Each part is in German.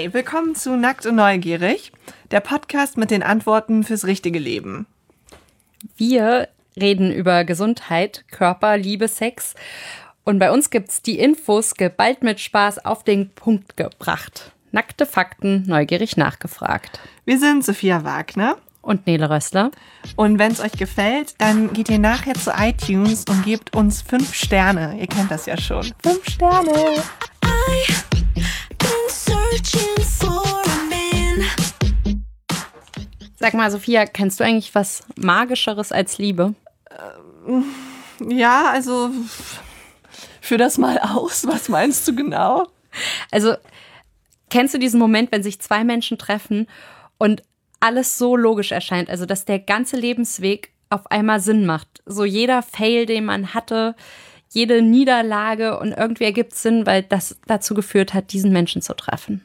Hi, willkommen zu Nackt und Neugierig, der Podcast mit den Antworten fürs richtige Leben. Wir reden über Gesundheit, Körper, Liebe, Sex und bei uns gibt's die Infos geballt mit Spaß auf den Punkt gebracht. Nackte Fakten, neugierig nachgefragt. Wir sind Sophia Wagner Und Nele Rössler. Und wenn es euch gefällt, dann geht ihr nachher zu iTunes und gebt uns 5 Sterne. Ihr kennt das ja schon. 5 Sterne! Sag mal, Sophia, kennst du eigentlich was Magischeres als Liebe? Ja, also führ das mal aus. Was meinst du genau? Also, kennst du diesen Moment, wenn sich zwei Menschen treffen und alles so logisch erscheint? Also, dass der ganze Lebensweg auf einmal Sinn macht. So jeder Fail, den man hatte, jede Niederlage und irgendwie ergibt es Sinn, weil das dazu geführt hat, diesen Menschen zu treffen.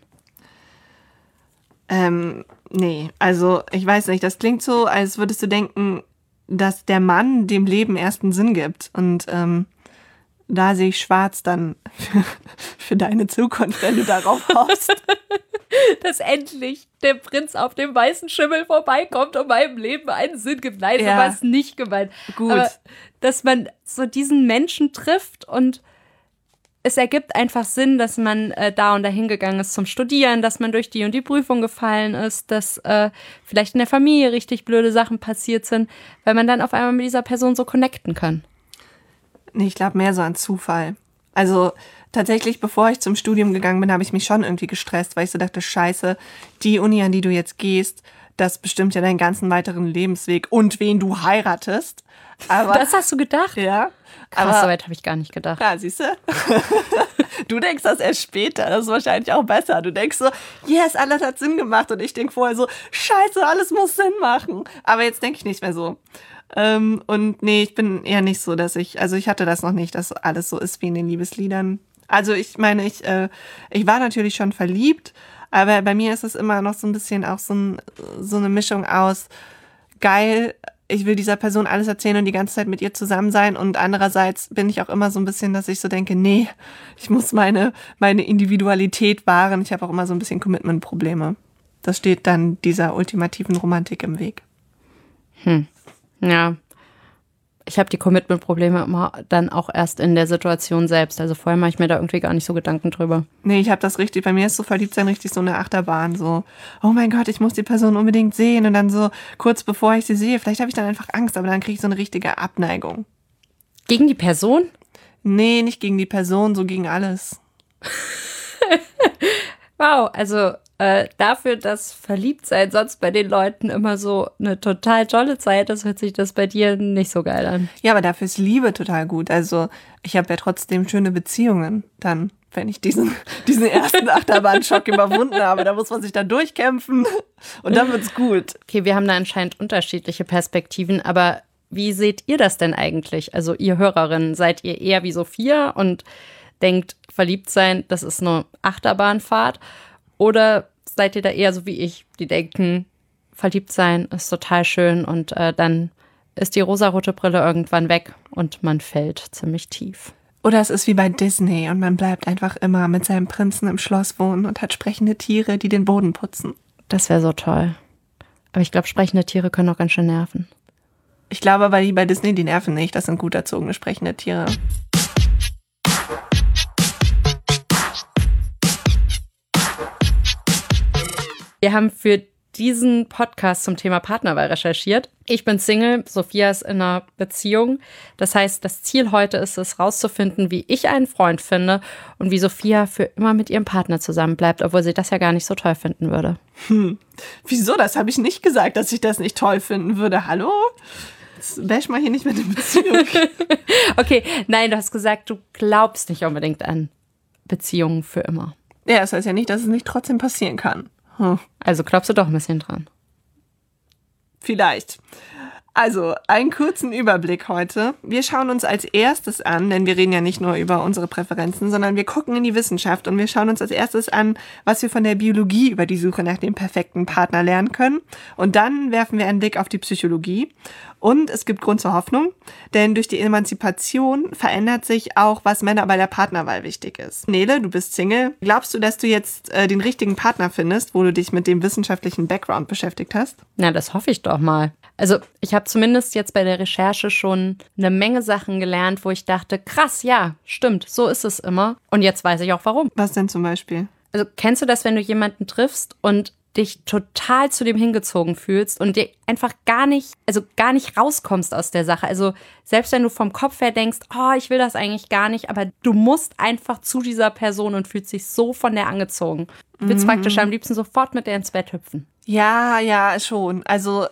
Nee, also ich weiß nicht, das klingt so, als würdest du denken, dass der Mann dem Leben erst einen Sinn gibt. Und da sehe ich schwarz dann für deine Zukunft, wenn du darauf hoffst. Dass endlich der Prinz auf dem weißen Schimmel vorbeikommt und meinem Leben einen Sinn gibt. Nein, so war es nicht gemeint. Gut. Aber dass man so diesen Menschen trifft und es ergibt einfach Sinn, dass man da und dahin gegangen ist zum Studieren, dass man durch die und die Prüfung gefallen ist, dass vielleicht in der Familie richtig blöde Sachen passiert sind, weil man dann auf einmal mit dieser Person so connecten kann. Nee, ich glaube mehr so an Zufall. Also tatsächlich, bevor ich zum Studium gegangen bin, habe ich mich schon irgendwie gestresst, weil ich so dachte, scheiße, die Uni, an die du jetzt gehst, das bestimmt ja deinen ganzen weiteren Lebensweg und wen du heiratest. Aber das hast du gedacht? Ja. Krass, so weit habe ich gar nicht gedacht. Ja, siehst du? Du denkst das erst später, das ist wahrscheinlich auch besser. Du denkst so, yes, alles hat Sinn gemacht. Und ich denke vorher so, scheiße, alles muss Sinn machen. Aber jetzt denke ich nicht mehr so. Und nee, ich bin eher nicht so, ich hatte das noch nicht, dass alles so ist wie in den Liebesliedern. Also ich meine, ich war natürlich schon verliebt, aber bei mir ist es immer noch so ein bisschen auch so eine Mischung aus geil, ich will dieser Person alles erzählen und die ganze Zeit mit ihr zusammen sein, und andererseits bin ich auch immer so ein bisschen, dass ich so denke, nee, ich muss meine Individualität wahren. Ich habe auch immer so ein bisschen Commitment-Probleme. Das steht dann dieser ultimativen Romantik im Weg. Ja, ich habe die Commitment-Probleme immer dann auch erst in der Situation selbst. Also vorher mache ich mir da irgendwie gar nicht so Gedanken drüber. Nee, ich habe das richtig, bei mir ist so Verliebtsein richtig so eine Achterbahn. So, oh mein Gott, ich muss die Person unbedingt sehen. Und dann so kurz bevor ich sie sehe, vielleicht habe ich dann einfach Angst, aber dann kriege ich so eine richtige Abneigung. Gegen die Person? Nee, nicht gegen die Person, so gegen alles. Wow, also dafür, dass Verliebtsein sonst bei den Leuten immer so eine total tolle Zeit ist, hört sich das bei dir nicht so geil an. Ja, aber dafür ist Liebe total gut. Also ich habe ja trotzdem schöne Beziehungen dann, wenn ich diesen ersten Achterbahnschock überwunden habe. Da muss man sich dann durchkämpfen und dann wird's gut. Okay, wir haben da anscheinend unterschiedliche Perspektiven, aber wie seht ihr das denn eigentlich? Also ihr Hörerinnen, seid ihr eher wie Sophia und denkt, verliebt sein, das ist eine Achterbahnfahrt? Oder seid ihr da eher so wie ich, die denken, verliebt sein ist total schön und dann ist die rosarote Brille irgendwann weg und man fällt ziemlich tief. Oder es ist wie bei Disney und man bleibt einfach immer mit seinem Prinzen im Schloss wohnen und hat sprechende Tiere, die den Boden putzen. Das wäre so toll. Aber ich glaube, sprechende Tiere können auch ganz schön nerven. Ich glaube aber, die bei Disney, die nerven nicht. Das sind gut erzogene sprechende Tiere. Wir haben für diesen Podcast zum Thema Partnerwahl recherchiert. Ich bin Single, Sophia ist in einer Beziehung. Das heißt, das Ziel heute ist es, rauszufinden, wie ich einen Freund finde und wie Sophia für immer mit ihrem Partner zusammenbleibt, obwohl sie das ja gar nicht so toll finden würde. Wieso? Das habe ich nicht gesagt, dass ich das nicht toll finden würde. Hallo? Jetzt bash mal hier nicht mit der Beziehung. Okay, nein, du hast gesagt, du glaubst nicht unbedingt an Beziehungen für immer. Ja, das heißt ja nicht, dass es nicht trotzdem passieren kann. Also glaubst du doch ein bisschen dran. Vielleicht. Also, einen kurzen Überblick heute. Wir schauen uns als erstes an, denn wir reden ja nicht nur über unsere Präferenzen, sondern wir gucken in die Wissenschaft und wir schauen uns als erstes an, was wir von der Biologie über die Suche nach dem perfekten Partner lernen können. Und dann werfen wir einen Blick auf die Psychologie. Und es gibt Grund zur Hoffnung, denn durch die Emanzipation verändert sich auch, was Männer bei der Partnerwahl wichtig ist. Nele, du bist Single. Glaubst du, dass du jetzt den richtigen Partner findest, wo du dich mit dem wissenschaftlichen Background beschäftigt hast? Na, das hoffe ich doch mal. Also ich habe zumindest jetzt bei der Recherche schon eine Menge Sachen gelernt, wo ich dachte, krass, ja, stimmt, so ist es immer. Und jetzt weiß ich auch warum. Was denn zum Beispiel? Also kennst du das, wenn du jemanden triffst und dich total zu dem hingezogen fühlst und dir einfach gar nicht rauskommst aus der Sache. Also selbst wenn du vom Kopf her denkst, oh, ich will das eigentlich gar nicht, aber du musst einfach zu dieser Person und fühlst dich so von der angezogen. Du willst praktisch am liebsten sofort mit der ins Bett hüpfen. Ja, schon. Also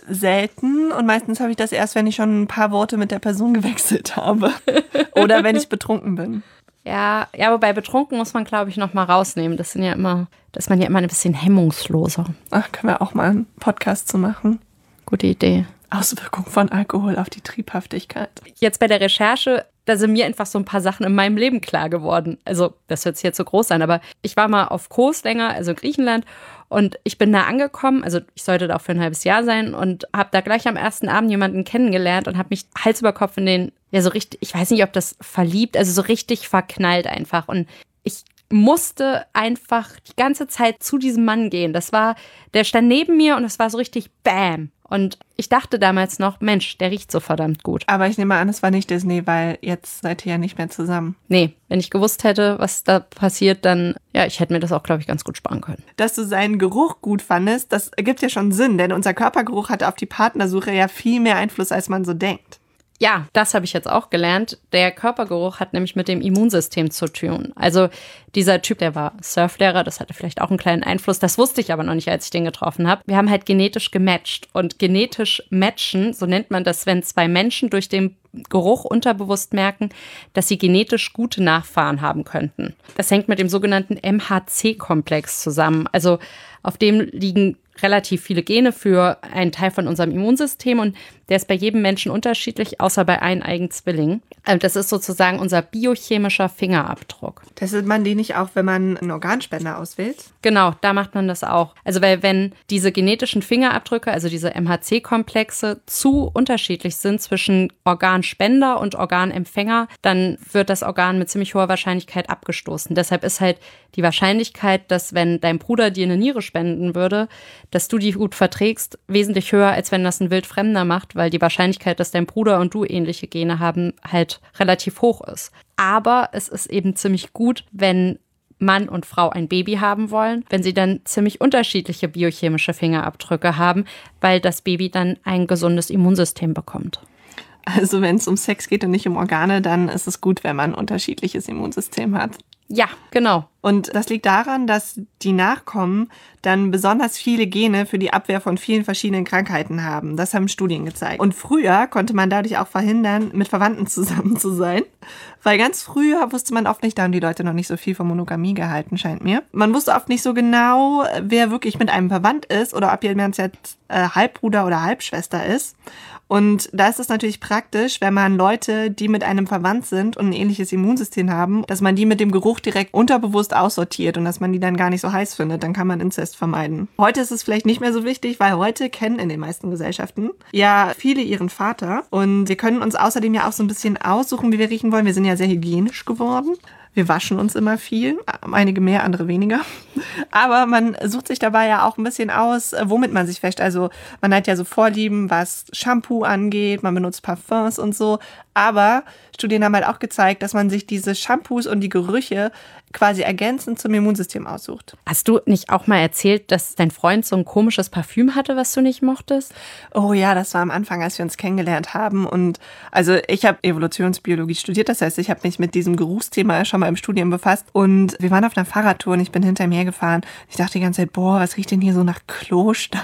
selten und meistens habe ich das erst, wenn ich schon ein paar Worte mit der Person gewechselt habe oder wenn ich betrunken bin. Ja, wobei betrunken muss man, glaube ich, noch mal rausnehmen. Da ist man ja immer ein bisschen hemmungsloser. Ach, können wir auch mal einen Podcast zu machen. Gute Idee. Auswirkung von Alkohol auf die Triebhaftigkeit. Jetzt bei der Recherche, da sind mir einfach so ein paar Sachen in meinem Leben klar geworden. Also, das hört sich jetzt so groß an, aber ich war mal auf Kos länger, also in Griechenland, und ich bin da angekommen, also ich sollte da auch für ein halbes Jahr sein und habe da gleich am ersten Abend jemanden kennengelernt und habe mich Hals über Kopf in den, ja so richtig, ich weiß nicht, ob das verliebt, also so richtig verknallt einfach. Und ich musste einfach die ganze Zeit zu diesem Mann gehen. Der stand neben mir und es war so richtig Bam. Und ich dachte damals noch, Mensch, der riecht so verdammt gut. Aber ich nehme an, es war nicht Disney, weil jetzt seid ihr ja nicht mehr zusammen. Nee, wenn ich gewusst hätte, was da passiert, dann, ja, ich hätte mir das auch, glaube ich, ganz gut sparen können. Dass du seinen Geruch gut fandest, das ergibt ja schon Sinn, denn unser Körpergeruch hat auf die Partnersuche ja viel mehr Einfluss, als man so denkt. Ja, das habe ich jetzt auch gelernt. Der Körpergeruch hat nämlich mit dem Immunsystem zu tun. Also dieser Typ, der war Surflehrer, das hatte vielleicht auch einen kleinen Einfluss. Das wusste ich aber noch nicht, als ich den getroffen habe. Wir haben halt genetisch gematcht. Und genetisch matchen, so nennt man das, wenn zwei Menschen durch den Geruch unterbewusst merken, dass sie genetisch gute Nachfahren haben könnten. Das hängt mit dem sogenannten MHC-Komplex zusammen. Also auf dem liegen relativ viele Gene für einen Teil von unserem Immunsystem und der ist bei jedem Menschen unterschiedlich, außer bei eineigen Zwillingen. Das ist sozusagen unser biochemischer Fingerabdruck. Testet man den nicht auch, wenn man einen Organspender auswählt? Genau, da macht man das auch. Also weil wenn diese genetischen Fingerabdrücke, also diese MHC-Komplexe, zu unterschiedlich sind zwischen Organspender und Organempfänger, dann wird das Organ mit ziemlich hoher Wahrscheinlichkeit abgestoßen. Deshalb ist halt die Wahrscheinlichkeit, dass wenn dein Bruder dir eine Niere spenden würde, dass du die gut verträgst, wesentlich höher, als wenn das ein Wildfremder macht, weil die Wahrscheinlichkeit, dass dein Bruder und du ähnliche Gene haben, halt relativ hoch ist. Aber es ist eben ziemlich gut, wenn Mann und Frau ein Baby haben wollen, wenn sie dann ziemlich unterschiedliche biochemische Fingerabdrücke haben, weil das Baby dann ein gesundes Immunsystem bekommt. Also wenn es um Sex geht und nicht um Organe, dann ist es gut, wenn man ein unterschiedliches Immunsystem hat. Ja, genau. Und das liegt daran, dass die Nachkommen dann besonders viele Gene für die Abwehr von vielen verschiedenen Krankheiten haben. Das haben Studien gezeigt. Und früher konnte man dadurch auch verhindern, mit Verwandten zusammen zu sein. Weil ganz früher wusste man oft nicht, da haben die Leute noch nicht so viel von Monogamie gehalten, scheint mir. Man wusste oft nicht so genau, wer wirklich mit einem verwandt ist oder ob jemand jetzt Halbbruder oder Halbschwester ist. Und da ist es natürlich praktisch, wenn man Leute, die mit einem verwandt sind und ein ähnliches Immunsystem haben, dass man die mit dem Geruch direkt unterbewusst aussortiert und dass man die dann gar nicht so heiß findet. Dann kann man Inzest vermeiden. Heute ist es vielleicht nicht mehr so wichtig, weil heute kennen in den meisten Gesellschaften ja viele ihren Vater. Und wir können uns außerdem ja auch so ein bisschen aussuchen, wie wir riechen wollen. Wir sind ja sehr hygienisch geworden. Wir waschen uns immer viel, einige mehr, andere weniger. Aber man sucht sich dabei ja auch ein bisschen aus, womit man sich wäscht. Also man hat ja so Vorlieben, was Shampoo angeht, man benutzt Parfums und so. Aber Studien haben halt auch gezeigt, dass man sich diese Shampoos und die Gerüche quasi ergänzend zum Immunsystem aussucht. Hast du nicht auch mal erzählt, dass dein Freund so ein komisches Parfüm hatte, was du nicht mochtest? Oh ja, das war am Anfang, als wir uns kennengelernt haben. Und also ich habe Evolutionsbiologie studiert, das heißt, ich habe mich mit diesem Geruchsthema schon mal im Studium befasst. Und wir waren auf einer Fahrradtour und ich bin hinter mir gefahren. Ich dachte die ganze Zeit, boah, was riecht denn hier so nach Klostein?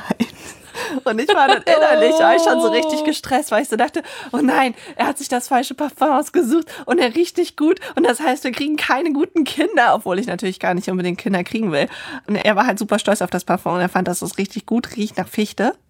Und ich war dann innerlich war ich schon so richtig gestresst, weil ich so dachte, oh nein, er hat sich das falsche Parfum ausgesucht und er riecht nicht gut. Und das heißt, wir kriegen keine guten Kinder, obwohl ich natürlich gar nicht unbedingt Kinder kriegen will. Und er war halt super stolz auf das Parfum und er fand, dass es richtig gut riecht nach Fichte.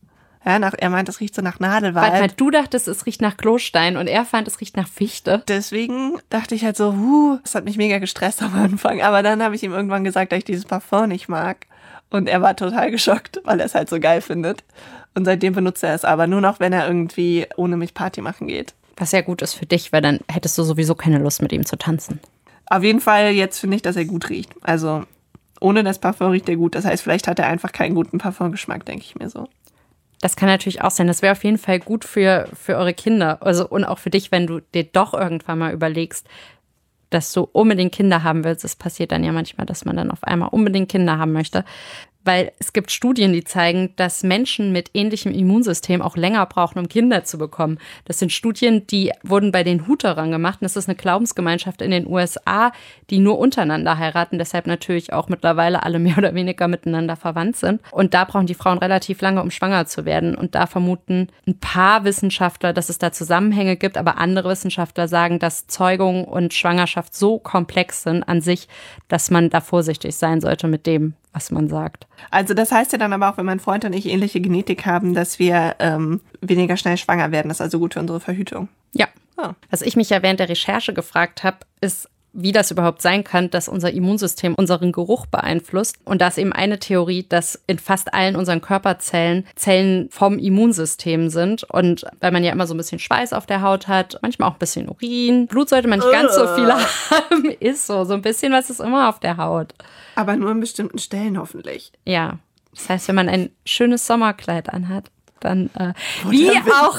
Ja, er meint, es riecht so nach Nadelwald. Weil du dachtest, es riecht nach Klostein und er fand, es riecht nach Fichte. Deswegen dachte ich halt so, das hat mich mega gestresst am Anfang. Aber dann habe ich ihm irgendwann gesagt, dass ich dieses Parfum nicht mag. Und er war total geschockt, weil er es halt so geil findet. Und seitdem benutzt er es aber nur noch, wenn er irgendwie ohne mich Party machen geht. Was ja gut ist für dich, weil dann hättest du sowieso keine Lust, mit ihm zu tanzen. Auf jeden Fall jetzt finde ich, dass er gut riecht. Also ohne das Parfum riecht er gut. Das heißt, vielleicht hat er einfach keinen guten Parfumgeschmack, denke ich mir so. Das kann natürlich auch sein. Das wäre auf jeden Fall gut für eure Kinder. Also, und auch für dich, wenn du dir doch irgendwann mal überlegst, dass du unbedingt Kinder haben willst. Es passiert dann ja manchmal, dass man dann auf einmal unbedingt Kinder haben möchte. Weil es gibt Studien, die zeigen, dass Menschen mit ähnlichem Immunsystem auch länger brauchen, um Kinder zu bekommen. Das sind Studien, die wurden bei den Hutterern gemacht. Und das ist eine Glaubensgemeinschaft in den USA, die nur untereinander heiraten, deshalb natürlich auch mittlerweile alle mehr oder weniger miteinander verwandt sind. Und da brauchen die Frauen relativ lange, um schwanger zu werden. Und da vermuten ein paar Wissenschaftler, dass es da Zusammenhänge gibt. Aber andere Wissenschaftler sagen, dass Zeugung und Schwangerschaft so komplex sind an sich, dass man da vorsichtig sein sollte mit dem, was man sagt. Also das heißt ja dann aber auch, wenn mein Freund und ich ähnliche Genetik haben, dass wir weniger schnell schwanger werden. Das ist also gut für unsere Verhütung. Ja. Oh. Was ich mich ja während der Recherche gefragt habe, ist, wie das überhaupt sein kann, dass unser Immunsystem unseren Geruch beeinflusst. Und da ist eben eine Theorie, dass in fast allen unseren Körperzellen Zellen vom Immunsystem sind. Und weil man ja immer so ein bisschen Schweiß auf der Haut hat, manchmal auch ein bisschen Urin. Blut sollte man nicht ganz so viel haben. Ist so ein bisschen was ist immer auf der Haut. Aber nur an bestimmten Stellen hoffentlich. Ja, das heißt, wenn man ein schönes Sommerkleid anhat, dann wie auch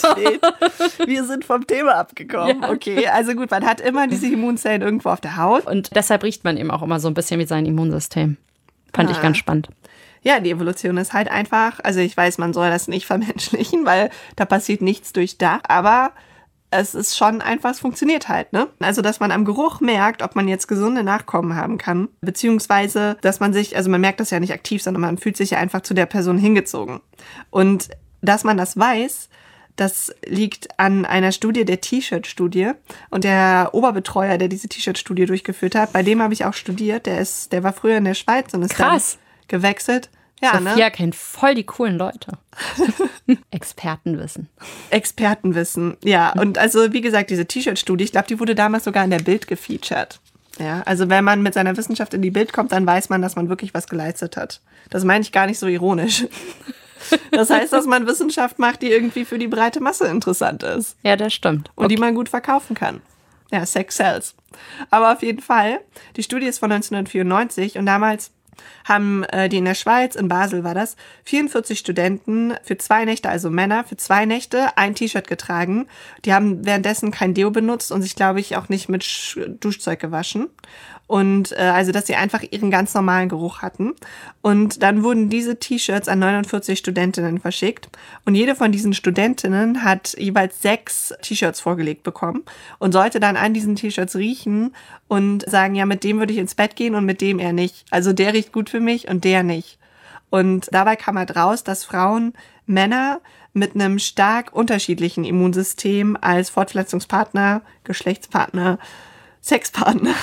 immer. Wir sind vom Thema abgekommen. Ja. Okay, also gut, man hat immer diese Immunzellen irgendwo auf der Haut. Und deshalb riecht man eben auch immer so ein bisschen wie sein Immunsystem. Fand ich ganz spannend. Ja, die Evolution ist halt einfach, also ich weiß, man soll das nicht vermenschlichen, weil da passiert nichts durchdacht, aber es ist schon einfach, es funktioniert halt, ne? Also, dass man am Geruch merkt, ob man jetzt gesunde Nachkommen haben kann, beziehungsweise, dass man sich, also man merkt das ja nicht aktiv, sondern man fühlt sich ja einfach zu der Person hingezogen. Und dass man das weiß, das liegt an einer Studie, der T-Shirt-Studie. Und der Oberbetreuer, der diese T-Shirt-Studie durchgeführt hat, bei dem habe ich auch studiert, der war früher in der Schweiz und ist dann gewechselt. Ja, Sophia kennt voll die coolen Leute. Expertenwissen, ja. Und also, wie gesagt, diese T-Shirt-Studie, ich glaube, die wurde damals sogar in der Bild gefeatured. Ja, also wenn man mit seiner Wissenschaft in die Bild kommt, dann weiß man, dass man wirklich was geleistet hat. Das meine ich gar nicht so ironisch. Das heißt, dass man Wissenschaft macht, die irgendwie für die breite Masse interessant ist. Ja, das stimmt. Und die man gut verkaufen kann. Ja, Sex sells. Aber auf jeden Fall, die Studie ist von 1994 und damals haben die in der Schweiz, in Basel war das, 44 Studenten für 2 Nächte, also Männer, für 2 Nächte ein T-Shirt getragen. Die haben währenddessen kein Deo benutzt und sich, glaube ich, auch nicht mit Duschzeug gewaschen. Und also, dass sie einfach ihren ganz normalen Geruch hatten. Und dann wurden diese T-Shirts an 49 Studentinnen verschickt. Und jede von diesen Studentinnen hat jeweils 6 T-Shirts vorgelegt bekommen und sollte dann an diesen T-Shirts riechen und sagen, ja, mit dem würde ich ins Bett gehen und mit dem eher nicht. Also der riecht gut für mich und der nicht. Und dabei kam halt raus, dass Frauen Männer mit einem stark unterschiedlichen Immunsystem als Fortpflanzungspartner, Geschlechtspartner, Sexpartner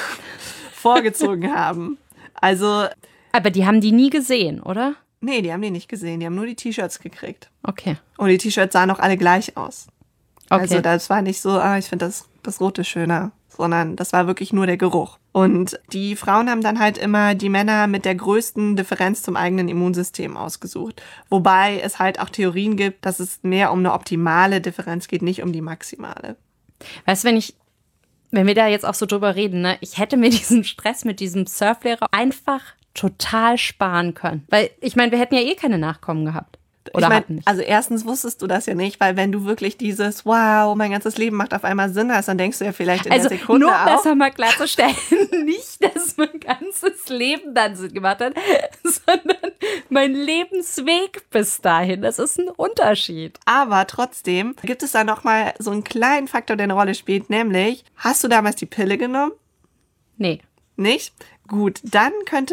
vorgezogen haben. Also. Aber die haben die nie gesehen, oder? Nee, die haben die nicht gesehen. Die haben nur die T-Shirts gekriegt. Okay. Und die T-Shirts sahen auch alle gleich aus. Okay. Also das war nicht so, ich finde das Rote schöner, sondern das war wirklich nur der Geruch. Und die Frauen haben dann halt immer die Männer mit der größten Differenz zum eigenen Immunsystem ausgesucht. Wobei es halt auch Theorien gibt, dass es mehr um eine optimale Differenz geht, nicht um die maximale. Weißt du, wenn wir da jetzt auch so drüber reden, ne, ich hätte mir diesen Stress mit diesem Surflehrer einfach total sparen können. Weil, ich meine, wir hätten ja eh keine Nachkommen gehabt. Oder hatten nicht. Also erstens wusstest du das ja nicht, weil wenn du wirklich dieses, wow, mein ganzes Leben macht auf einmal Sinn hast, dann denkst du ja vielleicht in der Sekunde nur auch. Um das mal klarzustellen, nicht, dass mein ganzes Leben dann Sinn gemacht hat, sondern mein Lebensweg bis dahin. Das ist ein Unterschied. Aber trotzdem gibt es da nochmal so einen kleinen Faktor, der eine Rolle spielt, nämlich, hast du damals die Pille genommen? Nee. Nicht? Gut, dann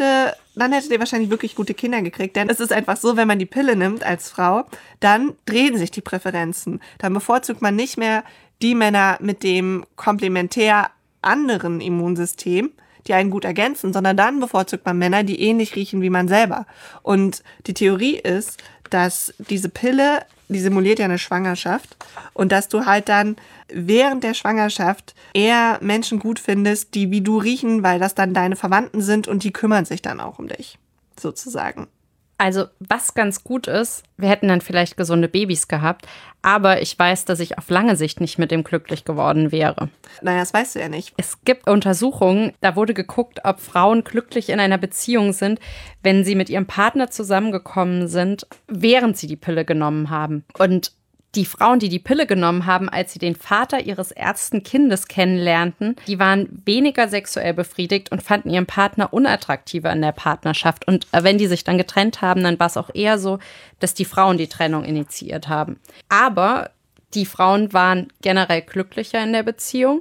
hättet ihr wahrscheinlich wirklich gute Kinder gekriegt, denn es ist einfach so, wenn man die Pille nimmt als Frau, dann drehen sich die Präferenzen. Dann bevorzugt man nicht mehr die Männer mit dem komplementär anderen Immunsystem, die einen gut ergänzen, sondern dann bevorzugt man Männer, die ähnlich riechen wie man selber. Und die Theorie ist, dass diese Pille, die simuliert ja eine Schwangerschaft und dass du halt dann während der Schwangerschaft eher Menschen gut findest, die wie du riechen, weil das dann deine Verwandten sind und die kümmern sich dann auch um dich, sozusagen. Also was ganz gut ist, wir hätten dann vielleicht gesunde Babys gehabt, aber ich weiß, dass ich auf lange Sicht nicht mit dem glücklich geworden wäre. Naja, das weißt du ja nicht. Es gibt Untersuchungen, da wurde geguckt, ob Frauen glücklich in einer Beziehung sind, wenn sie mit ihrem Partner zusammengekommen sind, während sie die Pille genommen haben. Und die Frauen, die die Pille genommen haben, als sie den Vater ihres ersten Kindes kennenlernten, die waren weniger sexuell befriedigt und fanden ihren Partner unattraktiver in der Partnerschaft. Und wenn die sich dann getrennt haben, dann war es auch eher so, dass die Frauen die Trennung initiiert haben. Aber die Frauen waren generell glücklicher in der Beziehung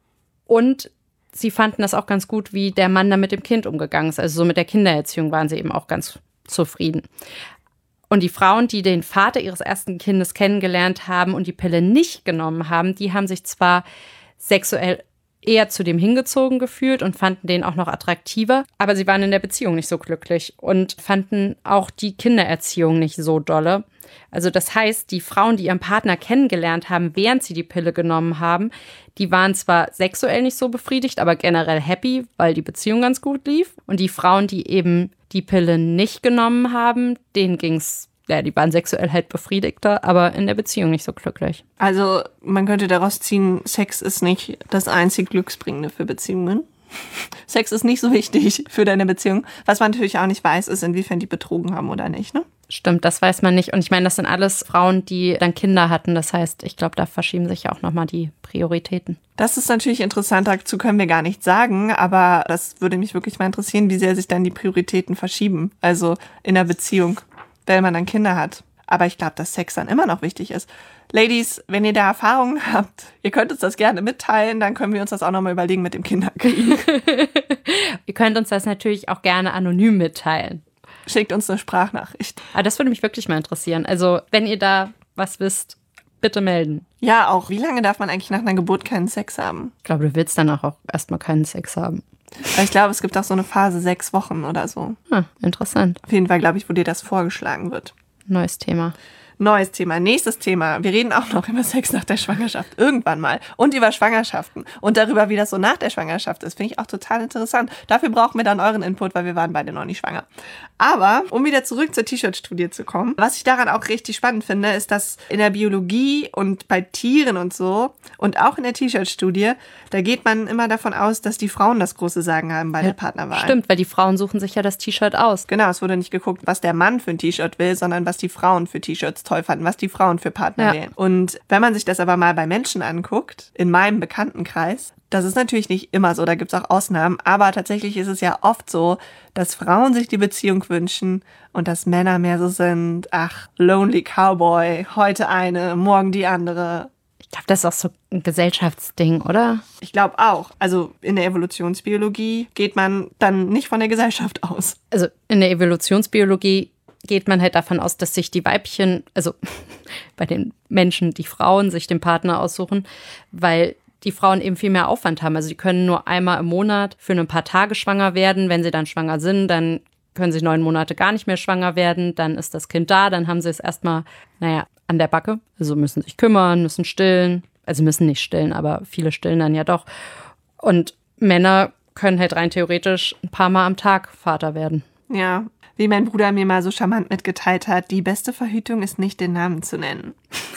und sie fanden das auch ganz gut, wie der Mann da mit dem Kind umgegangen ist. Also so mit der Kindererziehung waren sie eben auch ganz zufrieden. Und die Frauen, die den Vater ihres ersten Kindes kennengelernt haben und die Pille nicht genommen haben, die haben sich zwar sexuell eher zu dem hingezogen gefühlt und fanden den auch noch attraktiver, aber sie waren in der Beziehung nicht so glücklich und fanden auch die Kindererziehung nicht so dolle. Also das heißt, die Frauen, die ihren Partner kennengelernt haben, während sie die Pille genommen haben, die waren zwar sexuell nicht so befriedigt, aber generell happy, weil die Beziehung ganz gut lief. Und die Frauen, die eben die Pille nicht genommen haben, denen ging's, ja, die waren sexuell halt befriedigter, aber in der Beziehung nicht so glücklich. Also man könnte daraus ziehen, Sex ist nicht das einzig Glücksbringende für Beziehungen. Sex ist nicht so wichtig für deine Beziehung. Was man natürlich auch nicht weiß, ist, inwiefern die betrogen haben oder nicht, ne? Stimmt, das weiß man nicht. Und ich meine, das sind alles Frauen, die dann Kinder hatten. Das heißt, ich glaube, da verschieben sich ja auch nochmal die Prioritäten. Das ist natürlich interessant, dazu können wir gar nichts sagen, aber das würde mich wirklich mal interessieren, wie sehr sich dann die Prioritäten verschieben. Also in der Beziehung, wenn man dann Kinder hat. Aber ich glaube, dass Sex dann immer noch wichtig ist. Ladies, wenn ihr da Erfahrungen habt, ihr könnt uns das gerne mitteilen, dann können wir uns das auch nochmal überlegen mit dem Kinderkriegen. Ihr könnt uns das natürlich auch gerne anonym mitteilen. Schickt uns eine Sprachnachricht. Aber das würde mich wirklich mal interessieren. Also, wenn ihr da was wisst, bitte melden. Ja, auch. Wie lange darf man eigentlich nach einer Geburt keinen Sex haben? Ich glaube, du willst danach auch erstmal keinen Sex haben. Aber ich glaube, es gibt auch so eine Phase 6 Wochen oder so. Interessant. Auf jeden Fall, glaube ich, wo dir das vorgeschlagen wird. Neues Thema. Neues Thema, nächstes Thema. Wir reden auch noch über Sex nach der Schwangerschaft. Irgendwann mal. Und über Schwangerschaften. Und darüber, wie das so nach der Schwangerschaft ist. Finde ich auch total interessant. Dafür brauchen wir dann euren Input, weil wir waren beide noch nicht schwanger. Aber, um wieder zurück zur T-Shirt-Studie zu kommen, was ich daran auch richtig spannend finde, ist, dass in der Biologie und bei Tieren und so und auch in der T-Shirt-Studie, da geht man immer davon aus, dass die Frauen das große Sagen haben bei der Partnerwahl. Stimmt, weil die Frauen suchen sich ja das T-Shirt aus. Genau, es wurde nicht geguckt, was der Mann für ein T-Shirt will, sondern was die Frauen für T-Shirts toll fanden, was die Frauen für Partner wählen. Und wenn man sich das aber mal bei Menschen anguckt, in meinem Bekanntenkreis, das ist natürlich nicht immer so, da gibt's auch Ausnahmen, aber tatsächlich ist es ja oft so, dass Frauen sich die Beziehung wünschen und dass Männer mehr so sind, ach, Lonely Cowboy, heute eine, morgen die andere. Ich glaube, das ist auch so ein Gesellschaftsding, oder? Ich glaube auch. Also in der Evolutionsbiologie geht man dann nicht von der Gesellschaft aus. Also in der Evolutionsbiologie geht man halt davon aus, dass sich die Weibchen, also bei den Menschen, die Frauen sich den Partner aussuchen, weil die Frauen eben viel mehr Aufwand haben. Also die können nur einmal im Monat für ein paar Tage schwanger werden. Wenn sie dann schwanger sind, dann können sie 9 Monate gar nicht mehr schwanger werden. Dann ist das Kind da, dann haben sie es erstmal, an der Backe. Also müssen sich kümmern, müssen stillen. Also müssen nicht stillen, aber viele stillen dann ja doch. Und Männer können halt rein theoretisch ein paar Mal am Tag Vater werden. Ja, wie mein Bruder mir mal so charmant mitgeteilt hat, die beste Verhütung ist nicht, den Namen zu nennen.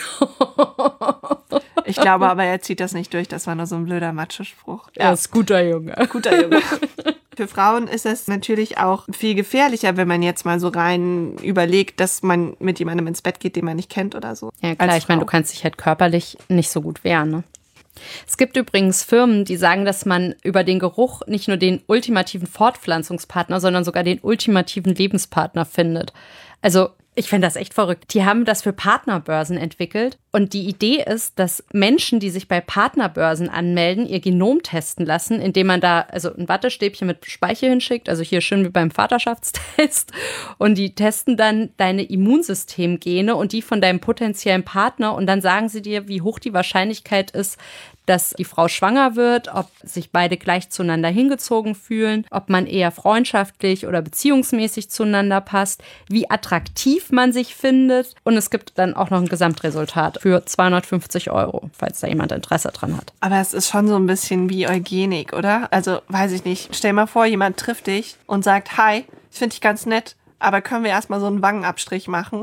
Ich glaube aber, er zieht das nicht durch. Das war nur so ein blöder Macho-Spruch. Ja, ist guter Junge. Guter Junge. Für Frauen ist es natürlich auch viel gefährlicher, wenn man jetzt mal so rein überlegt, dass man mit jemandem ins Bett geht, den man nicht kennt oder so. Ja, klar, ich meine, du kannst dich halt körperlich nicht so gut wehren, ne? Es gibt übrigens Firmen, die sagen, dass man über den Geruch nicht nur den ultimativen Fortpflanzungspartner, sondern sogar den ultimativen Lebenspartner findet. Also ich finde das echt verrückt. Die haben das für Partnerbörsen entwickelt. Und die Idee ist, dass Menschen, die sich bei Partnerbörsen anmelden, ihr Genom testen lassen, indem man da also ein Wattestäbchen mit Speichel hinschickt, also hier schön wie beim Vaterschaftstest. Und die testen dann deine Immunsystemgene und die von deinem potenziellen Partner. Und dann sagen sie dir, wie hoch die Wahrscheinlichkeit ist, dass die Frau schwanger wird, ob sich beide gleich zueinander hingezogen fühlen, ob man eher freundschaftlich oder beziehungsmäßig zueinander passt, wie attraktiv man sich findet. Und es gibt dann auch noch ein Gesamtresultat für 250 €, falls da jemand Interesse dran hat. Aber es ist schon so ein bisschen wie Eugenik, oder? Also, weiß ich nicht. Stell mal vor, jemand trifft dich und sagt, hi, ich finde dich ganz nett, aber können wir erstmal so einen Wangenabstrich machen?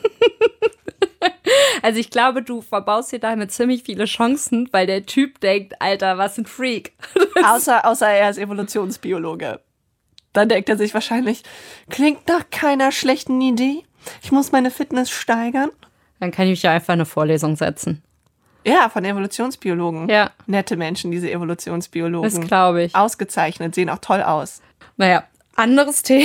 Also ich glaube, du verbaust dir damit ziemlich viele Chancen, weil der Typ denkt, Alter, was ein Freak. Außer er ist Evolutionsbiologe. Dann denkt er sich wahrscheinlich, klingt nach keiner schlechten Idee. Ich muss meine Fitness steigern. Dann kann ich mich ja einfach eine Vorlesung setzen. Ja, von Evolutionsbiologen. Ja. Nette Menschen, diese Evolutionsbiologen. Das glaube ich. Ausgezeichnet, sehen auch toll aus. Naja, anderes Thema.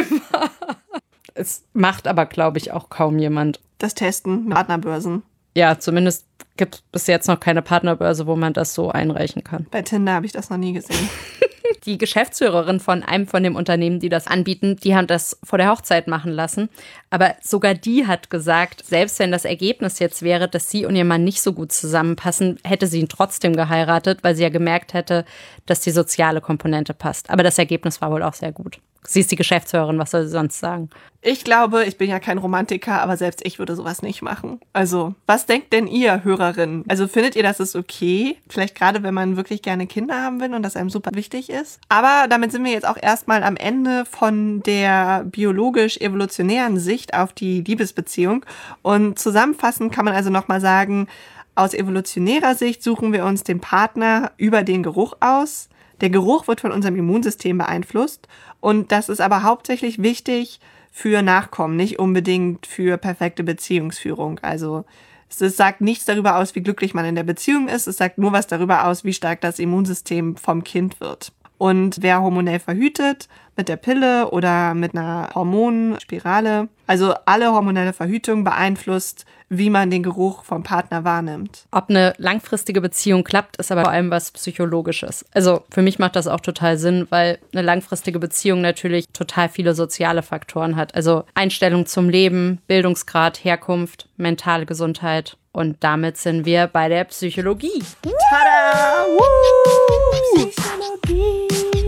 Es macht aber, glaube ich, auch kaum jemand. Das Testen mit Partnerbörsen. Ja, zumindest gibt es bis jetzt noch keine Partnerbörse, wo man das so einreichen kann. Bei Tinder habe ich das noch nie gesehen. Die Geschäftsführerin von einem von dem Unternehmen, die das anbieten, die haben das vor der Hochzeit machen lassen. Aber sogar die hat gesagt, selbst wenn das Ergebnis jetzt wäre, dass sie und ihr Mann nicht so gut zusammenpassen, hätte sie ihn trotzdem geheiratet, weil sie ja gemerkt hätte, dass die soziale Komponente passt. Aber das Ergebnis war wohl auch sehr gut. Sie ist die Geschäftsführerin, was soll sie sonst sagen? Ich glaube, ich bin ja kein Romantiker, aber selbst ich würde sowas nicht machen. Also, was denkt denn ihr, Hörerinnen? Also, findet ihr, das ist okay? Vielleicht gerade, wenn man wirklich gerne Kinder haben will und das einem super wichtig ist. Aber damit sind wir jetzt auch erstmal am Ende von der biologisch-evolutionären Sicht auf die Liebesbeziehung. Und zusammenfassend kann man also nochmal sagen, aus evolutionärer Sicht suchen wir uns den Partner über den Geruch aus. Der Geruch wird von unserem Immunsystem beeinflusst und das ist aber hauptsächlich wichtig für Nachkommen, nicht unbedingt für perfekte Beziehungsführung. Also es sagt nichts darüber aus, wie glücklich man in der Beziehung ist, es sagt nur was darüber aus, wie stark das Immunsystem vom Kind wird. Und wer hormonell verhütet, mit der Pille oder mit einer Hormonspirale, also alle hormonelle Verhütung beeinflusst, wie man den Geruch vom Partner wahrnimmt. Ob eine langfristige Beziehung klappt, ist aber vor allem was Psychologisches. Also für mich macht das auch total Sinn, weil eine langfristige Beziehung natürlich total viele soziale Faktoren hat. Also Einstellung zum Leben, Bildungsgrad, Herkunft, mentale Gesundheit. Und damit sind wir bei der Psychologie. Tada! Woo! Psychologie!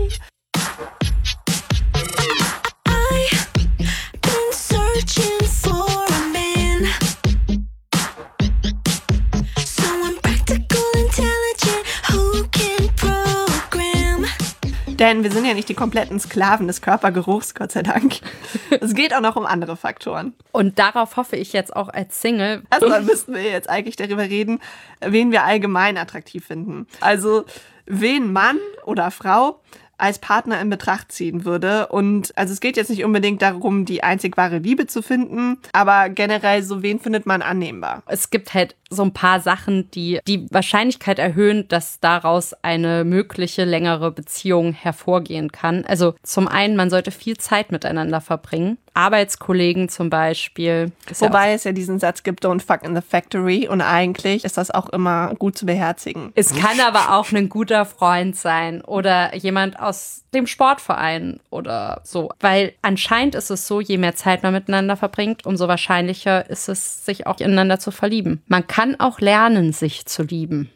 Denn wir sind ja nicht die kompletten Sklaven des Körpergeruchs, Gott sei Dank. Es geht auch noch um andere Faktoren. Und darauf hoffe ich jetzt auch als Single. Also dann müssten wir jetzt eigentlich darüber reden, wen wir allgemein attraktiv finden. Also wen Mann oder Frau als Partner in Betracht ziehen würde. Und also es geht jetzt nicht unbedingt darum, die einzig wahre Liebe zu finden, aber generell so, wen findet man annehmbar? Es gibt halt so ein paar Sachen, die die Wahrscheinlichkeit erhöhen, dass daraus eine mögliche längere Beziehung hervorgehen kann. Also zum einen, man sollte viel Zeit miteinander verbringen. Arbeitskollegen zum Beispiel. Wobei es ja diesen Satz gibt, don't fuck in the factory. Und eigentlich ist das auch immer gut zu beherzigen. Es kann aber auch ein guter Freund sein oder jemand aus dem Sportverein oder so. Weil anscheinend ist es so, je mehr Zeit man miteinander verbringt, umso wahrscheinlicher ist es, sich auch ineinander zu verlieben. Man kann auch lernen, sich zu lieben.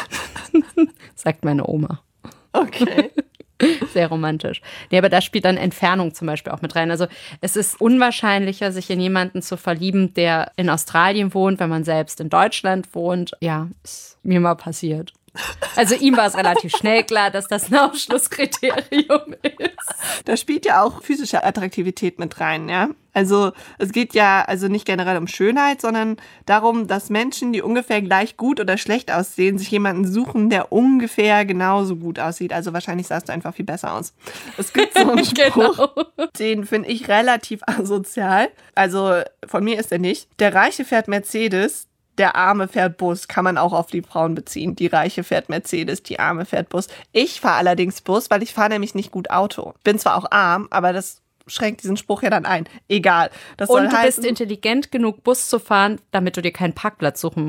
Sagt meine Oma. Okay. Sehr romantisch. Nee, aber da spielt dann Entfernung zum Beispiel auch mit rein. Also es ist unwahrscheinlicher, sich in jemanden zu verlieben, der in Australien wohnt, wenn man selbst in Deutschland wohnt. Ja, ist mir mal passiert. Also ihm war es relativ schnell klar, dass das ein Ausschlusskriterium ist. Da spielt ja auch physische Attraktivität mit rein, ja. Also es geht ja also nicht generell um Schönheit, sondern darum, dass Menschen, die ungefähr gleich gut oder schlecht aussehen, sich jemanden suchen, der ungefähr genauso gut aussieht. Also wahrscheinlich sahst du einfach viel besser aus. Es gibt so einen Spruch, den finde ich relativ asozial. Also von mir ist er nicht. Der Reiche fährt Mercedes, der Arme fährt Bus, kann man auch auf die Frauen beziehen. Die Reiche fährt Mercedes, die Arme fährt Bus. Ich fahre allerdings Bus, weil ich fahre nämlich nicht gut Auto. Bin zwar auch arm, aber das schränkt diesen Spruch ja dann ein. Egal. Das soll Und du heißen, bist intelligent genug, Bus zu fahren, damit du dir keinen Parkplatz suchen musst.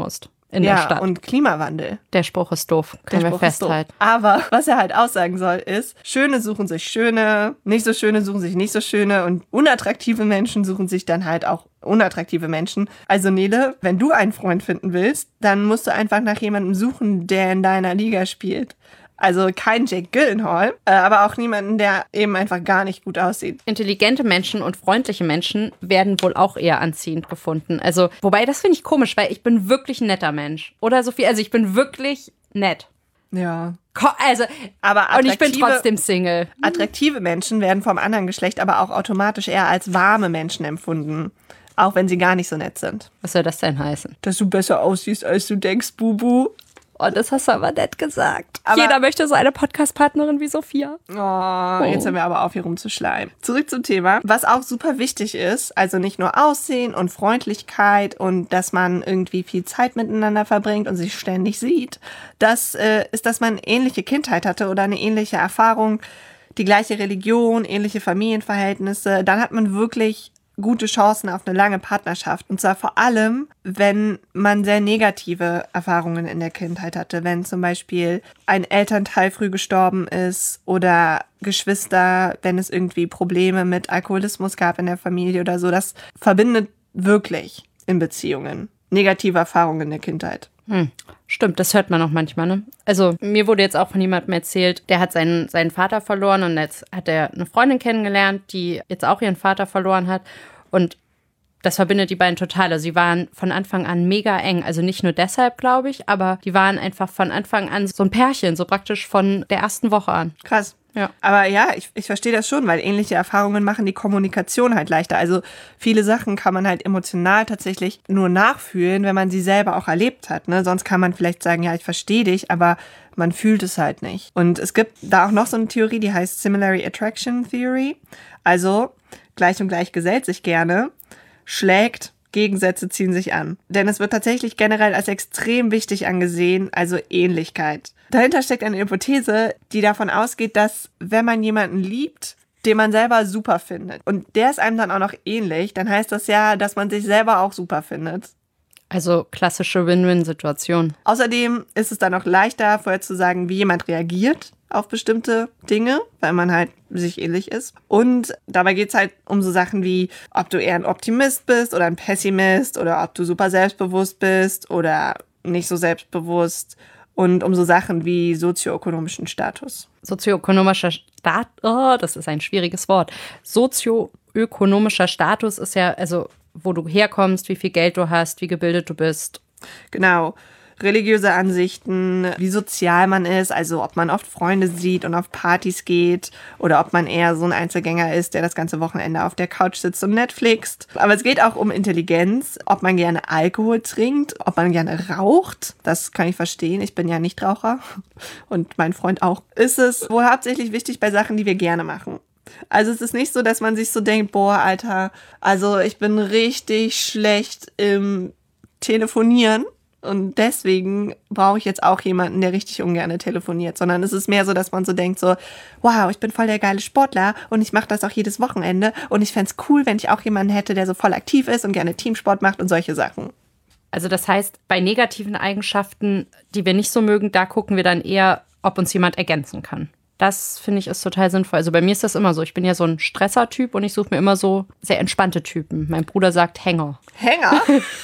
in der Stadt. Ja, und Klimawandel. Der Spruch ist doof, können wir festhalten. Aber was er halt aussagen soll, ist, Schöne suchen sich Schöne, nicht so Schöne suchen sich nicht so Schöne und unattraktive Menschen suchen sich dann halt auch unattraktive Menschen. Also Nele, wenn du einen Freund finden willst, dann musst du einfach nach jemandem suchen, der in deiner Liga spielt. Also kein Jake Gyllenhaal, aber auch niemanden, der eben einfach gar nicht gut aussieht. Intelligente Menschen und freundliche Menschen werden wohl auch eher anziehend gefunden. Also, wobei, das finde ich komisch, weil ich bin wirklich ein netter Mensch. Oder Sophie, also ich bin wirklich nett. Ja. Also, aber und ich bin trotzdem Single. Attraktive Menschen werden vom anderen Geschlecht aber auch automatisch eher als warme Menschen empfunden. Auch wenn sie gar nicht so nett sind. Was soll das denn heißen? Dass du besser aussiehst, als du denkst, Bubu. Oh, das hast du aber nett gesagt. Aber jeder möchte so eine Podcast-Partnerin wie Sophia. Oh, jetzt hören wir aber auf, hier rumzuschleimen. Zurück zum Thema. Was auch super wichtig ist, also nicht nur Aussehen und Freundlichkeit und dass man irgendwie viel Zeit miteinander verbringt und sich ständig sieht, das ist, dass man ähnliche Kindheit hatte oder eine ähnliche Erfahrung, die gleiche Religion, ähnliche Familienverhältnisse. Dann hat man wirklich gute Chancen auf eine lange Partnerschaft. Und zwar vor allem, wenn man sehr negative Erfahrungen in der Kindheit hatte. Wenn zum Beispiel ein Elternteil früh gestorben ist oder Geschwister, wenn es irgendwie Probleme mit Alkoholismus gab in der Familie oder so. Das verbindet wirklich in Beziehungen. Negative Erfahrungen in der Kindheit. Stimmt, das hört man auch manchmal, ne? Also mir wurde jetzt auch von jemandem erzählt, der hat seinen Vater verloren und jetzt hat er eine Freundin kennengelernt, die jetzt auch ihren Vater verloren hat und das verbindet die beiden total. Also sie waren von Anfang an mega eng, also nicht nur deshalb, glaube ich, aber die waren einfach von Anfang an so ein Pärchen, so praktisch von der ersten Woche an. Krass. Ja. Aber ja, ich verstehe das schon, weil ähnliche Erfahrungen machen die Kommunikation halt leichter. Also viele Sachen kann man halt emotional tatsächlich nur nachfühlen, wenn man sie selber auch erlebt hat. Ne? Sonst kann man vielleicht sagen, ja, ich verstehe dich, aber man fühlt es halt nicht. Und es gibt da auch noch so eine Theorie, die heißt Similar Attraction Theory. Also gleich und gleich gesellt sich gerne, schlägt, Gegensätze ziehen sich an. Denn es wird tatsächlich generell als extrem wichtig angesehen, also Ähnlichkeit. Dahinter steckt eine Hypothese, die davon ausgeht, dass wenn man jemanden liebt, den man selber super findet und der ist einem dann auch noch ähnlich, dann heißt das ja, dass man sich selber auch super findet. Also klassische Win-Win-Situation. Außerdem ist es dann auch leichter, vorher zu sagen, wie jemand reagiert auf bestimmte Dinge, weil man halt sich ähnlich ist. Und dabei geht es halt um so Sachen wie, ob du eher ein Optimist bist oder ein Pessimist oder ob du super selbstbewusst bist oder nicht so selbstbewusst und um so Sachen wie sozioökonomischen Status. Sozioökonomischer Status, oh, das ist ein schwieriges Wort. Sozioökonomischer Status ist ja, also wo du herkommst, wie viel Geld du hast, wie gebildet du bist. Genau. Religiöse Ansichten, wie sozial man ist, also ob man oft Freunde sieht und auf Partys geht oder ob man eher so ein Einzelgänger ist, der das ganze Wochenende auf der Couch sitzt und Netflixt. Aber es geht auch um Intelligenz, ob man gerne Alkohol trinkt, ob man gerne raucht. Das kann ich verstehen, ich bin ja Nichtraucher und mein Freund auch. Ist es wohl hauptsächlich wichtig bei Sachen, die wir gerne machen. Also es ist nicht so, dass man sich so denkt, boah, Alter, also ich bin richtig schlecht im Telefonieren. Und deswegen brauche ich jetzt auch jemanden, der richtig ungern telefoniert, sondern es ist mehr so, dass man so denkt, so, wow, ich bin voll der geile Sportler und ich mache das auch jedes Wochenende und ich fände es cool, wenn ich auch jemanden hätte, der so voll aktiv ist und gerne Teamsport macht und solche Sachen. Also das heißt, bei negativen Eigenschaften, die wir nicht so mögen, da gucken wir dann eher, ob uns jemand ergänzen kann. Das finde ich ist total sinnvoll. Also bei mir ist das immer so. Ich bin ja so ein Stresser-Typ und ich suche mir immer so sehr entspannte Typen. Mein Bruder sagt Hänger. Hänger?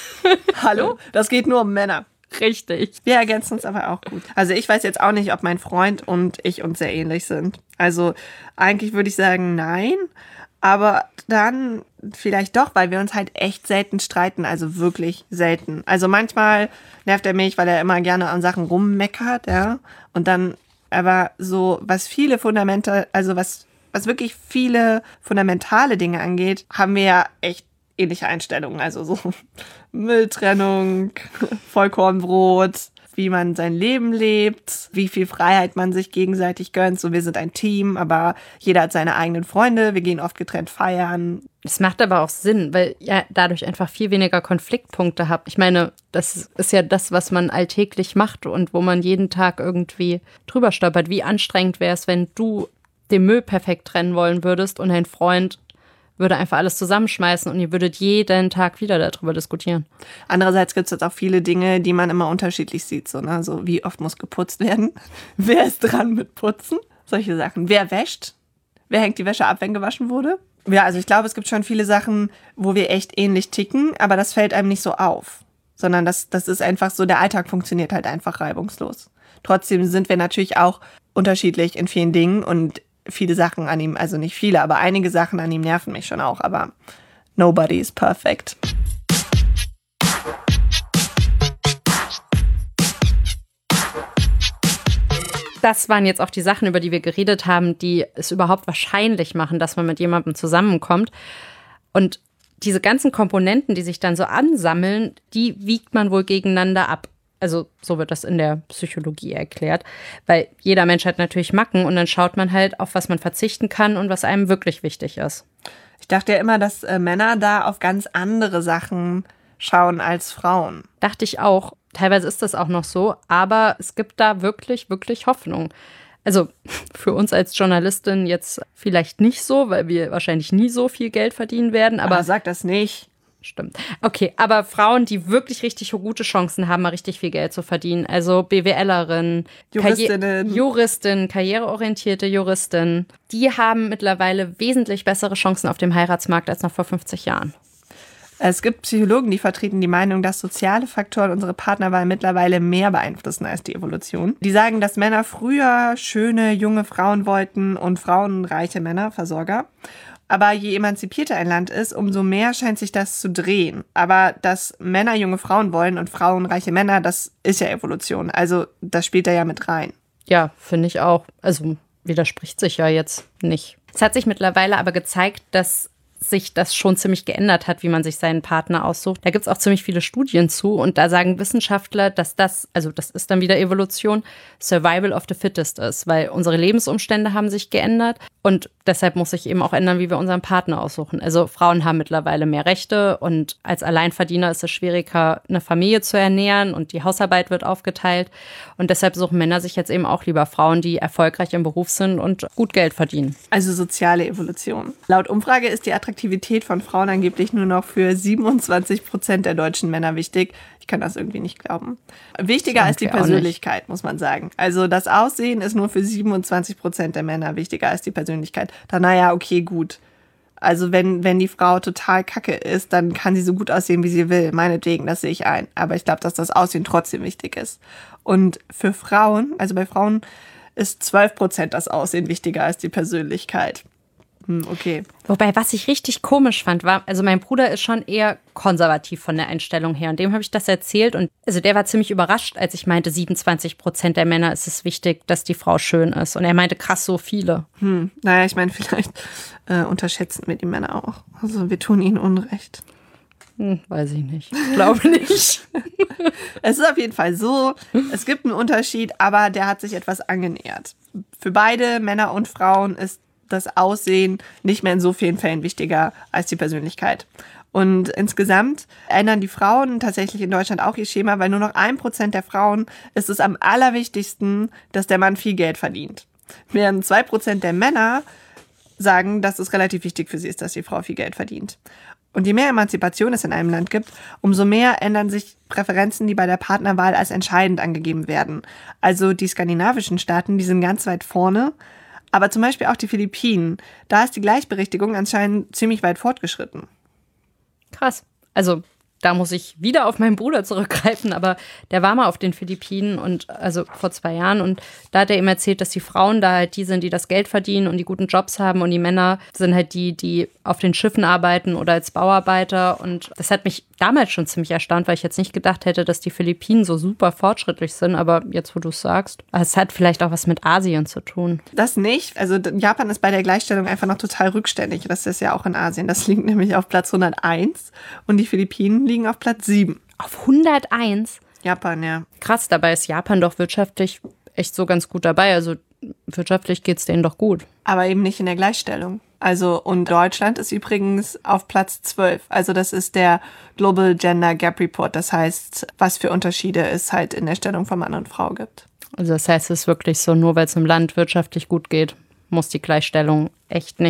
Hallo? Das geht nur um Männer. Richtig. Wir ergänzen uns aber auch gut. Also ich weiß jetzt auch nicht, ob mein Freund und ich uns sehr ähnlich sind. Also eigentlich würde ich sagen, nein. Aber dann vielleicht doch, weil wir uns halt echt selten streiten. Also wirklich selten. Also manchmal nervt er mich, weil er immer gerne an Sachen rummeckert, ja. Und dann aber so, was viele Fundamente, also was wirklich viele fundamentale Dinge angeht, haben wir ja echt ähnliche Einstellungen. Also so Mülltrennung, Vollkornbrot, wie man sein Leben lebt, wie viel Freiheit man sich gegenseitig gönnt. So, wir sind ein Team, aber jeder hat seine eigenen Freunde. Wir gehen oft getrennt feiern. Das macht aber auch Sinn, weil ihr dadurch einfach viel weniger Konfliktpunkte habt. Ich meine, das ist ja das, was man alltäglich macht und wo man jeden Tag irgendwie drüber stolpert. Wie anstrengend wäre es, wenn du den Müll perfekt trennen wollen würdest und dein Freund würde einfach alles zusammenschmeißen und ihr würdet jeden Tag wieder darüber diskutieren. Andererseits gibt es jetzt auch viele Dinge, die man immer unterschiedlich sieht. So, ne? So, wie oft muss geputzt werden? Wer ist dran mit Putzen? Solche Sachen. Wer wäscht? Wer hängt die Wäsche ab, wenn gewaschen wurde? Ja, also ich glaube, es gibt schon viele Sachen, wo wir echt ähnlich ticken, aber das fällt einem nicht so auf. Sondern das ist einfach so, der Alltag funktioniert halt einfach reibungslos. Trotzdem sind wir natürlich auch unterschiedlich in vielen Dingen und viele Sachen an ihm, also nicht viele, aber einige Sachen an ihm nerven mich schon auch, aber nobody is perfect. Das waren jetzt auch die Sachen, über die wir geredet haben, die es überhaupt wahrscheinlich machen, dass man mit jemandem zusammenkommt. Und diese ganzen Komponenten, die sich dann so ansammeln, die wiegt man wohl gegeneinander ab. Also so wird das in der Psychologie erklärt, weil jeder Mensch hat natürlich Macken und dann schaut man halt, auf was man verzichten kann und was einem wirklich wichtig ist. Ich dachte ja immer, dass Männer da auf ganz andere Sachen schauen als Frauen. Dachte ich auch. Teilweise ist das auch noch so, aber es gibt da wirklich, wirklich Hoffnung. Also für uns als Journalistin jetzt vielleicht nicht so, weil wir wahrscheinlich nie so viel Geld verdienen werden. Aber sag das nicht. Stimmt. Okay, aber Frauen, die wirklich richtig gute Chancen haben, mal richtig viel Geld zu verdienen. Also BWLerinnen, Juristinnen, karriereorientierte Juristinnen, die haben mittlerweile wesentlich bessere Chancen auf dem Heiratsmarkt als noch vor 50 Jahren. Es gibt Psychologen, die vertreten die Meinung, dass soziale Faktoren unsere Partnerwahl mittlerweile mehr beeinflussen als die Evolution. Die sagen, dass Männer früher schöne, junge Frauen wollten und Frauen reiche Männer, Versorger. Aber je emanzipierter ein Land ist, umso mehr scheint sich das zu drehen. Aber dass Männer junge Frauen wollen und Frauen reiche Männer, das ist ja Evolution. Also das spielt da ja mit rein. Ja, finde ich auch. Also widerspricht sich ja jetzt nicht. Es hat sich mittlerweile aber gezeigt, dass sich das schon ziemlich geändert hat, wie man sich seinen Partner aussucht. Da gibt es auch ziemlich viele Studien zu und da sagen Wissenschaftler, dass das ist dann wieder Evolution, Survival of the Fittest ist, weil unsere Lebensumstände haben sich geändert und deshalb muss sich eben auch ändern, wie wir unseren Partner aussuchen. Also Frauen haben mittlerweile mehr Rechte und als Alleinverdiener ist es schwieriger, eine Familie zu ernähren und die Hausarbeit wird aufgeteilt und deshalb suchen Männer sich jetzt eben auch lieber Frauen, die erfolgreich im Beruf sind und gut Geld verdienen. Also soziale Evolution. Laut Umfrage ist die Attraktivität von Frauen angeblich nur noch für 27% der deutschen Männer wichtig. Ich kann das irgendwie nicht glauben. Wichtiger als die Persönlichkeit, muss man sagen. Also das Aussehen ist nur für 27% der Männer wichtiger als die Persönlichkeit. Dann, naja, okay, gut. Also wenn die Frau total kacke ist, dann kann sie so gut aussehen, wie sie will. Meinetwegen, das sehe ich ein. Aber ich glaube, dass das Aussehen trotzdem wichtig ist. Und für Frauen, also bei Frauen, ist 12% das Aussehen wichtiger als die Persönlichkeit. Okay. Wobei, was ich richtig komisch fand, war, also mein Bruder ist schon eher konservativ von der Einstellung her und dem habe ich das erzählt und also der war ziemlich überrascht, als ich meinte, 27% der Männer ist es wichtig, dass die Frau schön ist und er meinte, krass, so viele. Naja, ich meine, vielleicht unterschätzen wir die Männer auch. Also wir tun ihnen Unrecht. Weiß ich nicht. Glaube nicht. Es ist auf jeden Fall so, es gibt einen Unterschied, aber der hat sich etwas angenähert. Für beide, Männer und Frauen, ist das Aussehen nicht mehr in so vielen Fällen wichtiger als die Persönlichkeit. Und insgesamt ändern die Frauen tatsächlich in Deutschland auch ihr Schema, weil nur noch 1% der Frauen ist es am allerwichtigsten, dass der Mann viel Geld verdient. Während 2% der Männer sagen, dass es relativ wichtig für sie ist, dass die Frau viel Geld verdient. Und je mehr Emanzipation es in einem Land gibt, umso mehr ändern sich Präferenzen, die bei der Partnerwahl als entscheidend angegeben werden. Also die skandinavischen Staaten, die sind ganz weit vorne. Aber zum Beispiel auch die Philippinen, da ist die Gleichberechtigung anscheinend ziemlich weit fortgeschritten. Krass. Also da muss ich wieder auf meinen Bruder zurückgreifen, aber der war mal auf den Philippinen und also vor 2 Jahren und da hat er ihm erzählt, dass die Frauen da halt die sind, die das Geld verdienen und die guten Jobs haben und die Männer sind halt die auf den Schiffen arbeiten oder als Bauarbeiter und das hat mich damals schon ziemlich erstaunt, weil ich jetzt nicht gedacht hätte, dass die Philippinen so super fortschrittlich sind, aber jetzt, wo du es sagst, es hat vielleicht auch was mit Asien zu tun. Das nicht, also Japan ist bei der Gleichstellung einfach noch total rückständig, das ist ja auch in Asien, das liegt nämlich auf Platz 101 und die Philippinen liegen auf Platz 7. Auf 101? Japan, ja. Krass, dabei ist Japan doch wirtschaftlich echt so ganz gut dabei, also wirtschaftlich geht es denen doch gut. Aber eben nicht in der Gleichstellung. Also, und Deutschland ist übrigens auf Platz 12. Also das ist der Global Gender Gap Report. Das heißt, was für Unterschiede es halt in der Stellung von Mann und Frau gibt. Also das heißt, es ist wirklich so, nur weil es im Land wirtschaftlich gut geht, muss die Gleichstellung echt nicht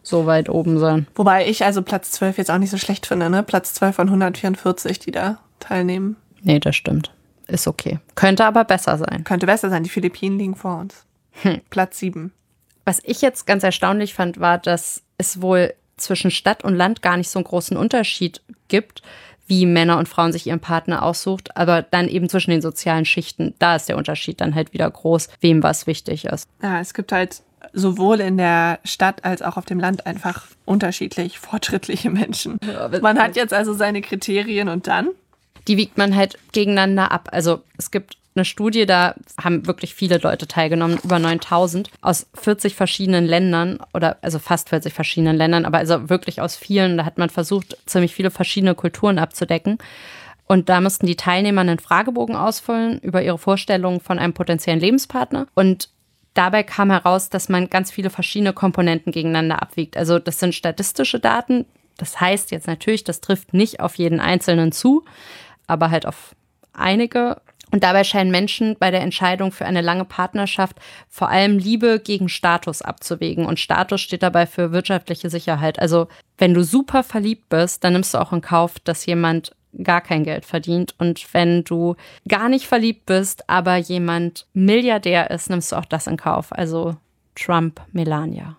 so weit oben sein. Wobei ich also Platz 12 jetzt auch nicht so schlecht finde, ne? Platz 12 von 144, die da teilnehmen. Nee, das stimmt. Ist okay. Könnte aber besser sein. Könnte besser sein. Die Philippinen liegen vor uns. Platz 7. Was ich jetzt ganz erstaunlich fand, war, dass es wohl zwischen Stadt und Land gar nicht so einen großen Unterschied gibt, wie Männer und Frauen sich ihren Partner aussucht, aber dann eben zwischen den sozialen Schichten, da ist der Unterschied dann halt wieder groß, wem was wichtig ist. Ja, es gibt halt sowohl in der Stadt als auch auf dem Land einfach unterschiedlich fortschrittliche Menschen. Ja, man hat jetzt also seine Kriterien und dann? Die wiegt man halt gegeneinander ab. Also es gibt eine Studie, da haben wirklich viele Leute teilgenommen, über 9.000 aus 40 verschiedenen Ländern oder also fast 40 verschiedenen Ländern, aber also wirklich aus vielen. Da hat man versucht, ziemlich viele verschiedene Kulturen abzudecken. Und da mussten die Teilnehmer einen Fragebogen ausfüllen über ihre Vorstellungen von einem potenziellen Lebenspartner. Und dabei kam heraus, dass man ganz viele verschiedene Komponenten gegeneinander abwiegt. Also das sind statistische Daten. Das heißt jetzt natürlich, das trifft nicht auf jeden Einzelnen zu, aber halt auf einige. Und dabei scheinen Menschen bei der Entscheidung für eine lange Partnerschaft vor allem Liebe gegen Status abzuwägen. Und Status steht dabei für wirtschaftliche Sicherheit. Also wenn du super verliebt bist, dann nimmst du auch in Kauf, dass jemand gar kein Geld verdient. Und wenn du gar nicht verliebt bist, aber jemand Milliardär ist, nimmst du auch das in Kauf. Also Trump, Melania.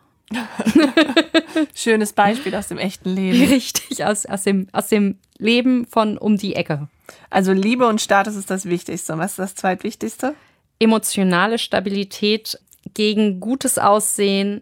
Schönes Beispiel aus dem echten Leben. Richtig, aus dem Leben von um die Ecke. Also Liebe und Status ist das Wichtigste. Und was ist das Zweitwichtigste? Emotionale Stabilität gegen gutes Aussehen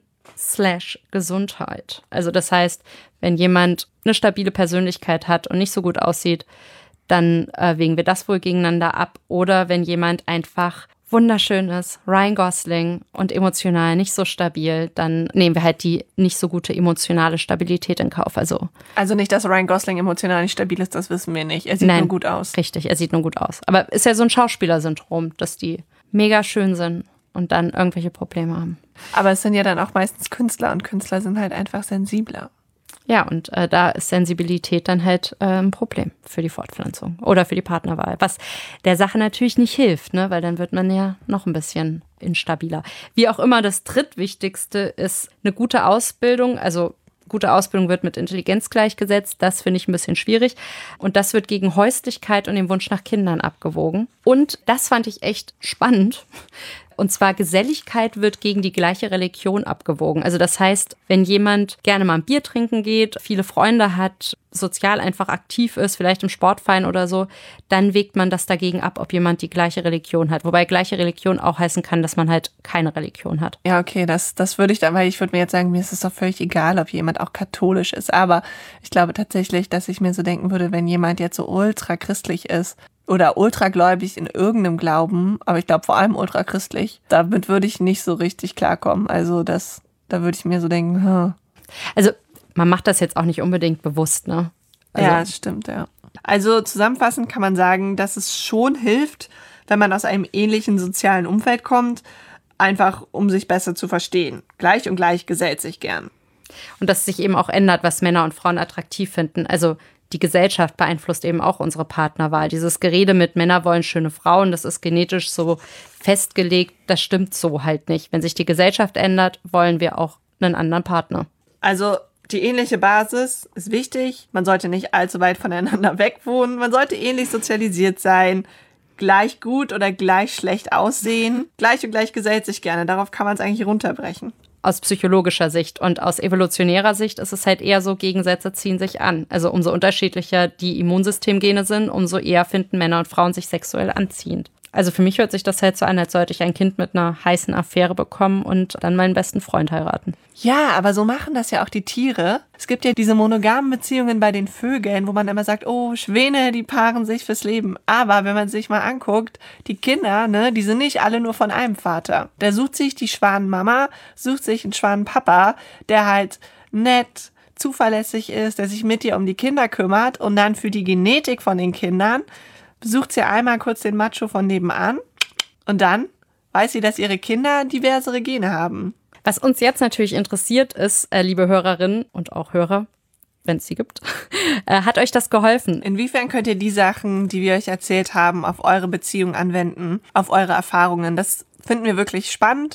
/ Gesundheit. Also das heißt, wenn jemand eine stabile Persönlichkeit hat und nicht so gut aussieht, dann wägen wir das wohl gegeneinander ab. Oder wenn jemand einfach wunderschön ist, Ryan Gosling, und emotional nicht so stabil, dann nehmen wir halt die nicht so gute emotionale Stabilität in Kauf. Also nicht, dass Ryan Gosling emotional nicht stabil ist, das wissen wir nicht. Er sieht nur gut aus. Richtig, er sieht nur gut aus. Aber ist ja so ein Schauspielersyndrom, dass die mega schön sind und dann irgendwelche Probleme haben. Aber es sind ja dann auch meistens Künstler und Künstler sind halt einfach sensibler. Ja, und da ist Sensibilität dann halt ein Problem für die Fortpflanzung oder für die Partnerwahl, was der Sache natürlich nicht hilft, ne? Weil dann wird man ja noch ein bisschen instabiler. Wie auch immer, das drittwichtigste ist eine gute Ausbildung. Also gute Ausbildung wird mit Intelligenz gleichgesetzt. Das finde ich ein bisschen schwierig. Und das wird gegen Häuslichkeit und den Wunsch nach Kindern abgewogen. Und das fand ich echt spannend. Und zwar Geselligkeit wird gegen die gleiche Religion abgewogen. Also das heißt, wenn jemand gerne mal ein Bier trinken geht, viele Freunde hat, sozial einfach aktiv ist, vielleicht im Sportverein oder so, dann wägt man das dagegen ab, ob jemand die gleiche Religion hat. Wobei gleiche Religion auch heißen kann, dass man halt keine Religion hat. Ja, okay, das würde ich dann, weil ich würde mir jetzt sagen, mir ist es doch völlig egal, ob jemand auch katholisch ist. Aber ich glaube tatsächlich, dass ich mir so denken würde, wenn jemand jetzt so ultra christlich ist, oder ultragläubig in irgendeinem Glauben, aber ich glaube vor allem ultrachristlich, damit würde ich nicht so richtig klarkommen. Also da würde ich mir so denken, Also man macht das jetzt auch nicht unbedingt bewusst, ne? Also, ja, das stimmt, ja. Also zusammenfassend kann man sagen, dass es schon hilft, wenn man aus einem ähnlichen sozialen Umfeld kommt, einfach um sich besser zu verstehen. Gleich und gleich gesellt sich gern. Und dass es sich eben auch ändert, was Männer und Frauen attraktiv finden. Also die Gesellschaft beeinflusst eben auch unsere Partnerwahl. Dieses Gerede mit Männer wollen schöne Frauen, das ist genetisch so festgelegt, das stimmt so halt nicht. Wenn sich die Gesellschaft ändert, wollen wir auch einen anderen Partner. Also die ähnliche Basis ist wichtig. Man sollte nicht allzu weit voneinander weg wohnen. Man sollte ähnlich sozialisiert sein, gleich gut oder gleich schlecht aussehen. Gleich und gleich gesellt sich gerne. Darauf kann man es eigentlich runterbrechen. Aus psychologischer Sicht und aus evolutionärer Sicht ist es halt eher so, Gegensätze ziehen sich an. Also umso unterschiedlicher die Immunsystemgene sind, umso eher finden Männer und Frauen sich sexuell anziehend. Also für mich hört sich das halt so an, als sollte ich ein Kind mit einer heißen Affäre bekommen und dann meinen besten Freund heiraten. Ja, aber so machen das ja auch die Tiere. Es gibt ja diese monogamen Beziehungen bei den Vögeln, wo man immer sagt, oh, Schwäne, die paaren sich fürs Leben. Aber wenn man sich mal anguckt, die Kinder, ne, die sind nicht alle nur von einem Vater. Der sucht sich die Schwanenmama, sucht sich einen Schwanenpapa, der halt nett, zuverlässig ist, der sich mit dir um die Kinder kümmert und dann für die Genetik von den Kindern besucht sie einmal kurz den Macho von nebenan und dann weiß sie, dass ihre Kinder diversere Gene haben. Was uns jetzt natürlich interessiert ist, liebe Hörerinnen und auch Hörer, wenn es sie gibt, hat euch das geholfen? Inwiefern könnt ihr die Sachen, die wir euch erzählt haben, auf eure Beziehung anwenden, auf eure Erfahrungen? Das finden wir wirklich spannend.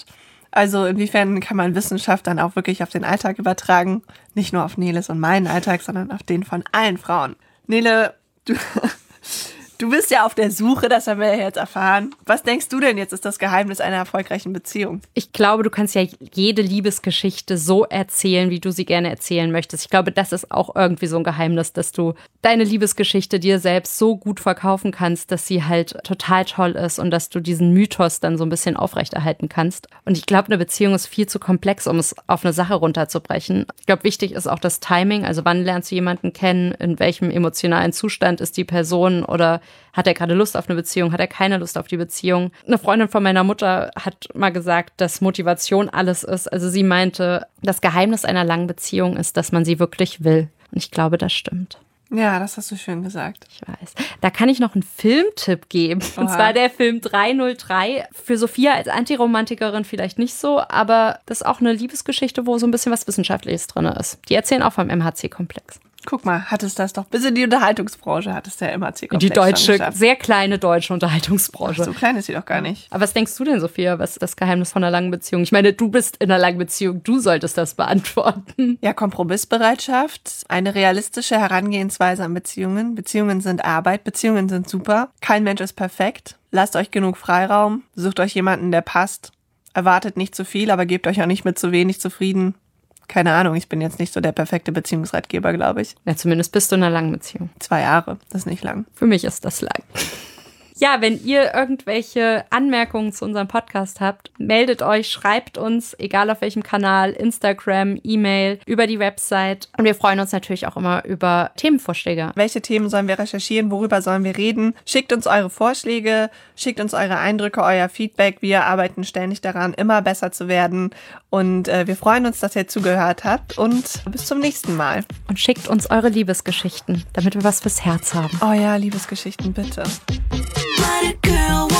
Also inwiefern kann man Wissenschaft dann auch wirklich auf den Alltag übertragen? Nicht nur auf Neles und meinen Alltag, sondern auf den von allen Frauen. Nele, du bist ja auf der Suche, das haben wir ja jetzt erfahren. Was denkst du denn jetzt ist das Geheimnis einer erfolgreichen Beziehung? Ich glaube, du kannst ja jede Liebesgeschichte so erzählen, wie du sie gerne erzählen möchtest. Ich glaube, das ist auch irgendwie so ein Geheimnis, dass du deine Liebesgeschichte dir selbst so gut verkaufen kannst, dass sie halt total toll ist und dass du diesen Mythos dann so ein bisschen aufrechterhalten kannst. Und ich glaube, eine Beziehung ist viel zu komplex, um es auf eine Sache runterzubrechen. Ich glaube, wichtig ist auch das Timing. Also wann lernst du jemanden kennen? In welchem emotionalen Zustand ist die Person? Oder hat er gerade Lust auf eine Beziehung? Hat er keine Lust auf die Beziehung? Eine Freundin von meiner Mutter hat mal gesagt, dass Motivation alles ist. Also sie meinte, das Geheimnis einer langen Beziehung ist, dass man sie wirklich will. Und ich glaube, das stimmt. Ja, das hast du schön gesagt. Ich weiß. Da kann ich noch einen Filmtipp geben. Oha. Und zwar der Film 303. Für Sophia als Antiromantikerin vielleicht nicht so, aber das ist auch eine Liebesgeschichte, wo so ein bisschen was Wissenschaftliches drin ist. Die erzählen auch vom MHC-Komplex. Guck mal, hattest das doch bis in die Unterhaltungsbranche, hattest der MHC-Komplex Die deutsche, schon sehr kleine deutsche Unterhaltungsbranche. Ach, so klein ist sie doch gar nicht. Aber was denkst du denn, Sophia, was ist das Geheimnis von einer langen Beziehung? Ich meine, du bist in einer langen Beziehung, du solltest das beantworten. Ja, Kompromissbereitschaft, eine realistische Herangehensweise an Beziehungen. Beziehungen sind Arbeit, Beziehungen sind super. Kein Mensch ist perfekt. Lasst euch genug Freiraum, sucht euch jemanden, der passt. Erwartet nicht zu viel, aber gebt euch auch nicht mit zu wenig zufrieden. Keine Ahnung, ich bin jetzt nicht so der perfekte Beziehungsratgeber, glaube ich. Ja, zumindest bist du in einer langen Beziehung. 2 Jahre, das ist nicht lang. Für mich ist das lang. Ja, wenn ihr irgendwelche Anmerkungen zu unserem Podcast habt, meldet euch, schreibt uns, egal auf welchem Kanal, Instagram, E-Mail, über die Website. Und wir freuen uns natürlich auch immer über Themenvorschläge. Welche Themen sollen wir recherchieren? Worüber sollen wir reden? Schickt uns eure Vorschläge, schickt uns eure Eindrücke, euer Feedback. Wir arbeiten ständig daran, immer besser zu werden. Und wir freuen uns, dass ihr zugehört habt. Und bis zum nächsten Mal. Und schickt uns eure Liebesgeschichten, damit wir was fürs Herz haben. Oh ja, Liebesgeschichten, bitte. What a girl